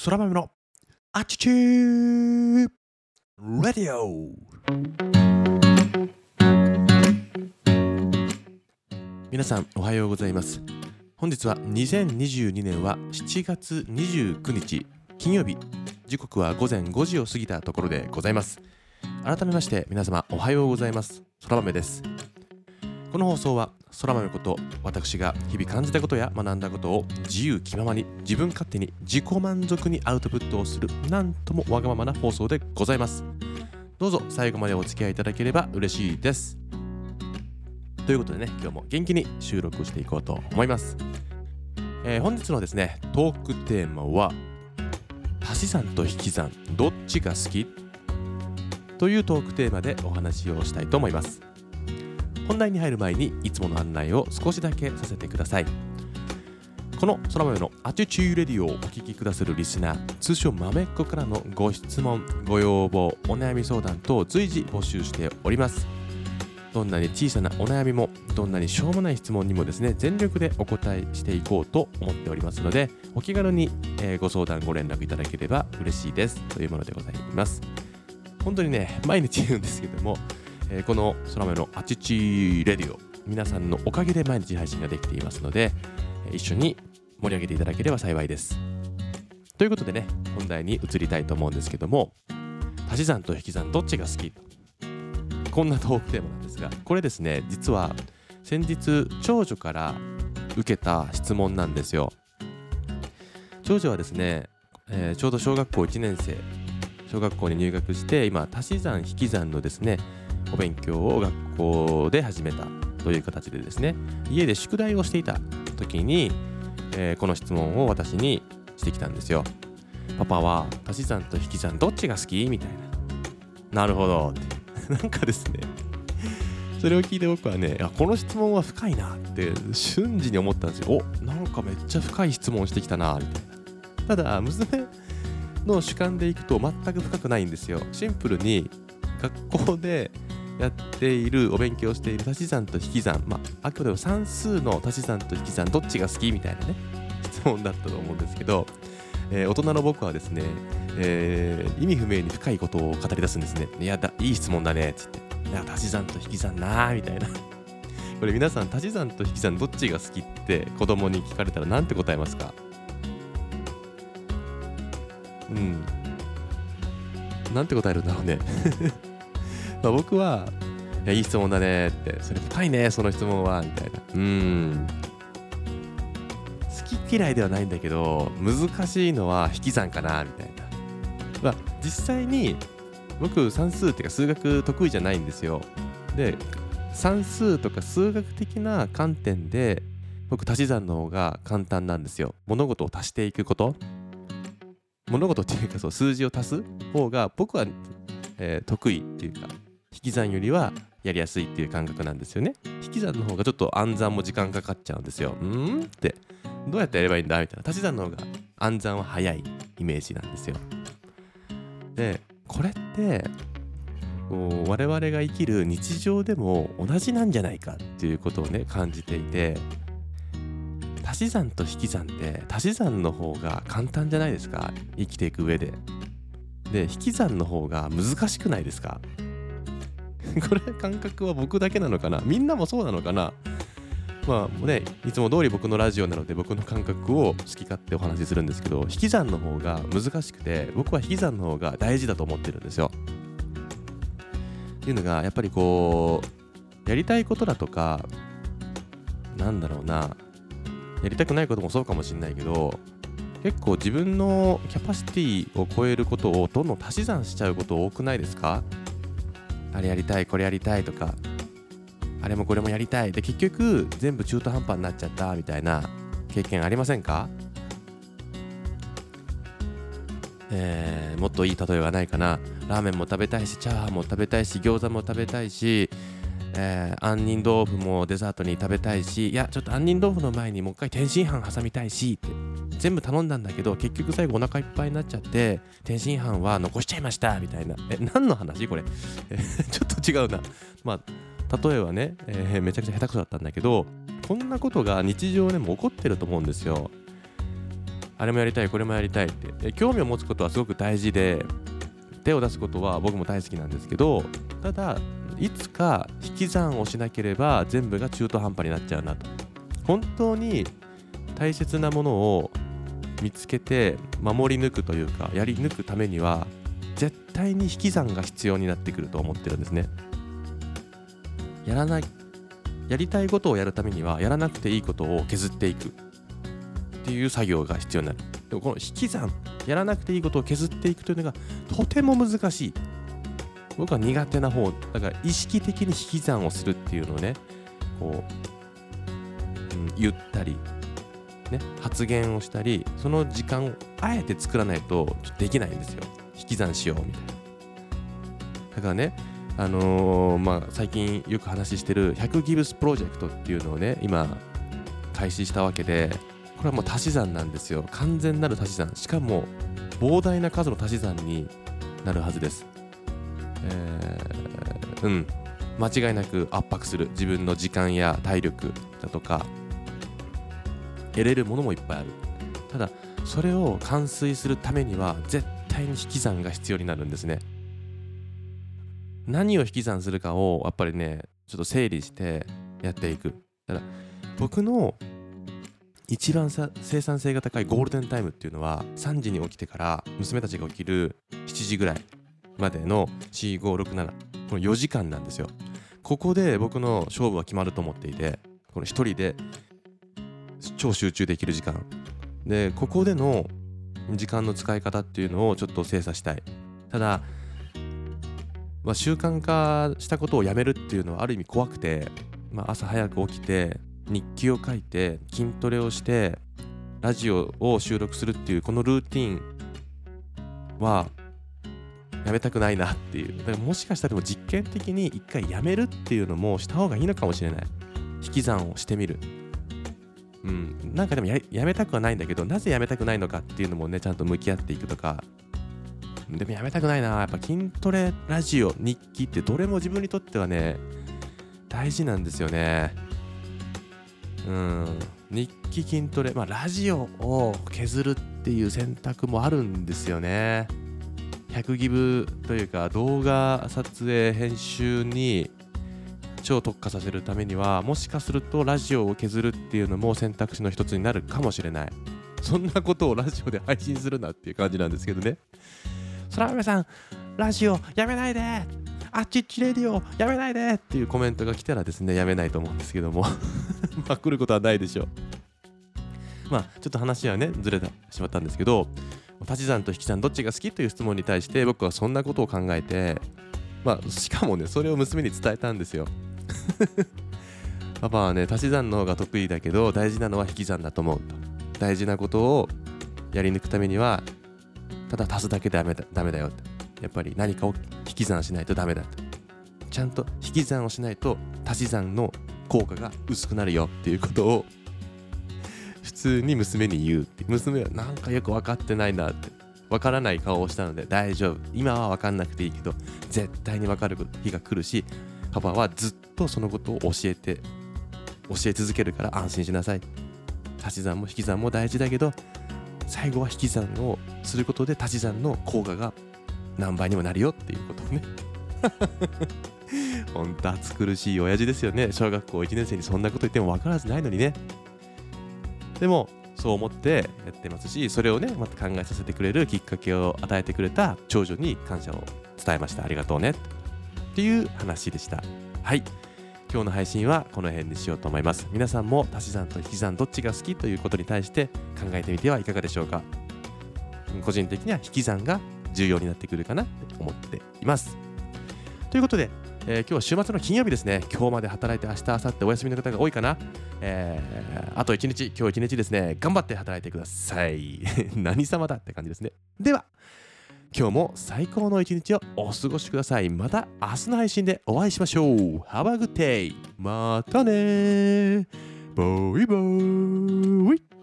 空豆のアチチューラディオ。皆さんおはようございます。本日は2022年は7月29日金曜日、時刻は午前5時を過ぎたところでございます。改めまして皆様おはようございます。空豆です。この放送は空豆こと私が日々感じたことや学んだことを自由気ままに自分勝手に自己満足にアウトプットをする、なんともわがままな放送でございます。どうぞ最後までお付き合いいただければ嬉しいです。ということでね、今日も元気に収録していこうと思います。本日のですねトークテーマは足し算と引き算どっちが好きというトークテーマでお話をしたいと思います。本題に入る前にいつもの案内を少しだけさせてください。この空豆のアチュチューレディオをお聞きくださるリスナー、通称豆っ子からのご質問、ご要望、お悩み相談等随時募集しております。どんなに小さなお悩みもどんなにしょうもない質問にもですね全力でお答えしていこうと思っておりますので、お気軽にご相談ご連絡いただければ嬉しいですというものでございます。本当にね毎日言うんですけども、この空豆のアチチレディオ、皆さんのおかげで毎日配信ができていますので、一緒に盛り上げていただければ幸いです。ということでね、本題に移りたいと思うんですけども、足し算と引き算どっちが好き、こんなトークテーマなんですが、これですね実は先日長女から受けた質問なんですよ。長女はですね、ちょうど小学校1年生、小学校に入学して今足し算引き算のですねお勉強を学校で始めたという形でですね、家で宿題をしていた時に、この質問を私にしてきたんですよ。パパは足し算と引き算どっちが好きみたいな。なるほどってなんかですね、それを聞いて僕はね、この質問は深いなって瞬時に思ったんですよ。なんかめっちゃ深い質問してきたなみたいな。ただ娘の主観でいくと全く深くないんですよ。シンプルに学校でやっているお勉強している足し算と引き算、あくまでも算数の足し算と引き算どっちが好きみたいなね質問だったと思うんですけど、大人の僕はですね、意味不明に深いことを語り出すんですね。いい質問だねって言って、足し算と引き算なーみたいなこれ皆さん足し算と引き算どっちが好きって子供に聞かれたらなんて答えますか？なんて答えるんだろうね僕はいい質問だねって、それ深いねその質問はみたいな。好き嫌いではないんだけど難しいのは引き算かなみたいな。実際に僕算数っていうか数学得意じゃないんですよ。で算数とか数学的な観点で僕足し算の方が簡単なんですよ。物事を足していくこと、物事っていうか数字を足す方が僕は、得意っていうか、引き算よりはやりやすいっていう感覚なんですよね。引き算の方がちょっと暗算も時間かかっちゃうんですよ。ってどうやってやればいいんだみたいな。足し算の方が暗算は早いイメージなんですよ。でこれって我々が生きる日常でも同じなんじゃないかっていうことをね感じていて、足し算と引き算って足し算の方が簡単じゃないですか、生きていく上で。で引き算の方が難しくないですかこれ感覚は僕だけなのかな、みんなもそうなのかな。いつも通り僕のラジオなので僕の感覚を好き勝手お話しするんですけど、引き算の方が難しくて僕は引き算の方が大事だと思ってるんですよ。っていうのがやっぱりやりたいことだとか、やりたくないこともそうかもしれないけど、結構自分のキャパシティを超えることをどんどん足し算しちゃうこと多くないですか？あれやりたいこれやりたいとか、あれもこれもやりたいで結局全部中途半端になっちゃったみたいな経験ありませんか？もっといい例えはないかな。ラーメンも食べたいし、チャーハンも食べたいし、餃子も食べたいし、杏仁豆腐もデザートに食べたいし、ちょっと杏仁豆腐の前にもう一回天津飯挟みたいしって全部頼んだんだけど結局最後お腹いっぱいになっちゃって天津飯は残しちゃいましたみたいな。何の話これ、ちょっと違うな。例えはね、めちゃくちゃ下手くそだったんだけど、こんなことが日常でも起こってると思うんですよ。 あれもやりたいこれもやりたいって興味を持つことはすごく大事で、手を出すことは僕も大好きなんですけど、ただいつか引き算をしなければ全部が中途半端になっちゃうなと。本当に大切なものを見つけて守り抜くというかやり抜くためには絶対に引き算が必要になってくると思ってるんですね。やりたいことをやるためにはやらなくていいことを削っていくっていう作業が必要になる。でもこの引き算、やらなくていいことを削っていくというのがとても難しい。僕は苦手な方だから、意識的に引き算をするっていうのをね、こう、言ったりね、発言をしたり、その時間をあえて作らないとできないんですよ。引き算しようみたいな。だからね、最近よく話してる100ギブスプロジェクトっていうのをね、今開始したわけで、これはもう足し算なんですよ。完全なる足し算。しかも膨大な数の足し算になるはずです。間違いなく圧迫する。自分の時間や体力だとか得れるものもいっぱいある。ただそれを完遂するためには絶対に引き算が必要になるんですね。何を引き算するかをやっぱりね、ちょっと整理してやっていく。だから僕の一番生産性が高いゴールデンタイムっていうのは3時に起きてから娘たちが起きる7時ぐらいまでの4、5、6、7、この4時間なんですよ。ここで僕の勝負は決まると思っていて、この一人で超集中できる時間で、ここでの時間の使い方っていうのをちょっと精査したい。ただ、習慣化したことをやめるっていうのはある意味怖くて、朝早く起きて日記を書いて筋トレをしてラジオを収録するっていうこのルーティンはやめたくないなっていう。だからもしかしたらでも実験的に一回やめるっていうのもした方がいいのかもしれない。引き算をしてみる。なんかでも やめたくはないんだけど、なぜやめたくないのかっていうのもね、ちゃんと向き合っていくとか。でもやめたくないな。やっぱ筋トレ、ラジオ、日記ってどれも自分にとってはね、大事なんですよね。日記、筋トレ、ラジオを削るっていう選択もあるんですよね。100ギブというか動画撮影編集に超特化させるためには、もしかするとラジオを削るっていうのも選択肢の一つになるかもしれない。そんなことをラジオで配信するなっていう感じなんですけどね。空豆さん、ラジオやめないで、あっちっちレディオやめないでっていうコメントが来たらですね、やめないと思うんですけども来ることはないでしょう。ちょっと話はねずれてしまったんですけど、足し算と引き算どっちが好きという質問に対して僕はそんなことを考えて、しかもねそれを娘に伝えたんですよパパはね、足し算の方が得意だけど大事なのは引き算だと思うと。大事なことをやり抜くためにはただ足すだけでダメだよと。やっぱり何かを引き算しないとダメだと。ちゃんと引き算をしないと足し算の効果が薄くなるよっていうことを普通に娘に言うって。娘はなんかよく分かってないなって、分からない顔をしたので、大丈夫、今は分かんなくていいけど絶対に分かる日が来るし、パパはずっとそのことを教え続けるから安心しなさい。足し算も引き算も大事だけど、最後は引き算をすることで足し算の効果が何倍にもなるよっていうことをねほんと暑苦しい親父ですよね。小学校1年生にそんなこと言っても分からずないのにね。でもそう思ってやってますし、それをねまた考えさせてくれるきっかけを与えてくれた長女に感謝を伝えました。ありがとうねっていう話でした。はい、今日の配信はこの辺にしようと思います。皆さんも足し算と引き算どっちが好きということに対して考えてみてはいかがでしょうか。個人的には引き算が重要になってくるかなって思っています。ということで、今日は週末の金曜日ですね。今日まで働いて明日明後日お休みの方が多いかな。あと1日、今日1日ですね、頑張って働いてください何様だって感じですね。では今日も最高の一日をお過ごしください。また明日の配信でお会いしましょう。Have a good day。またね。バイバイ。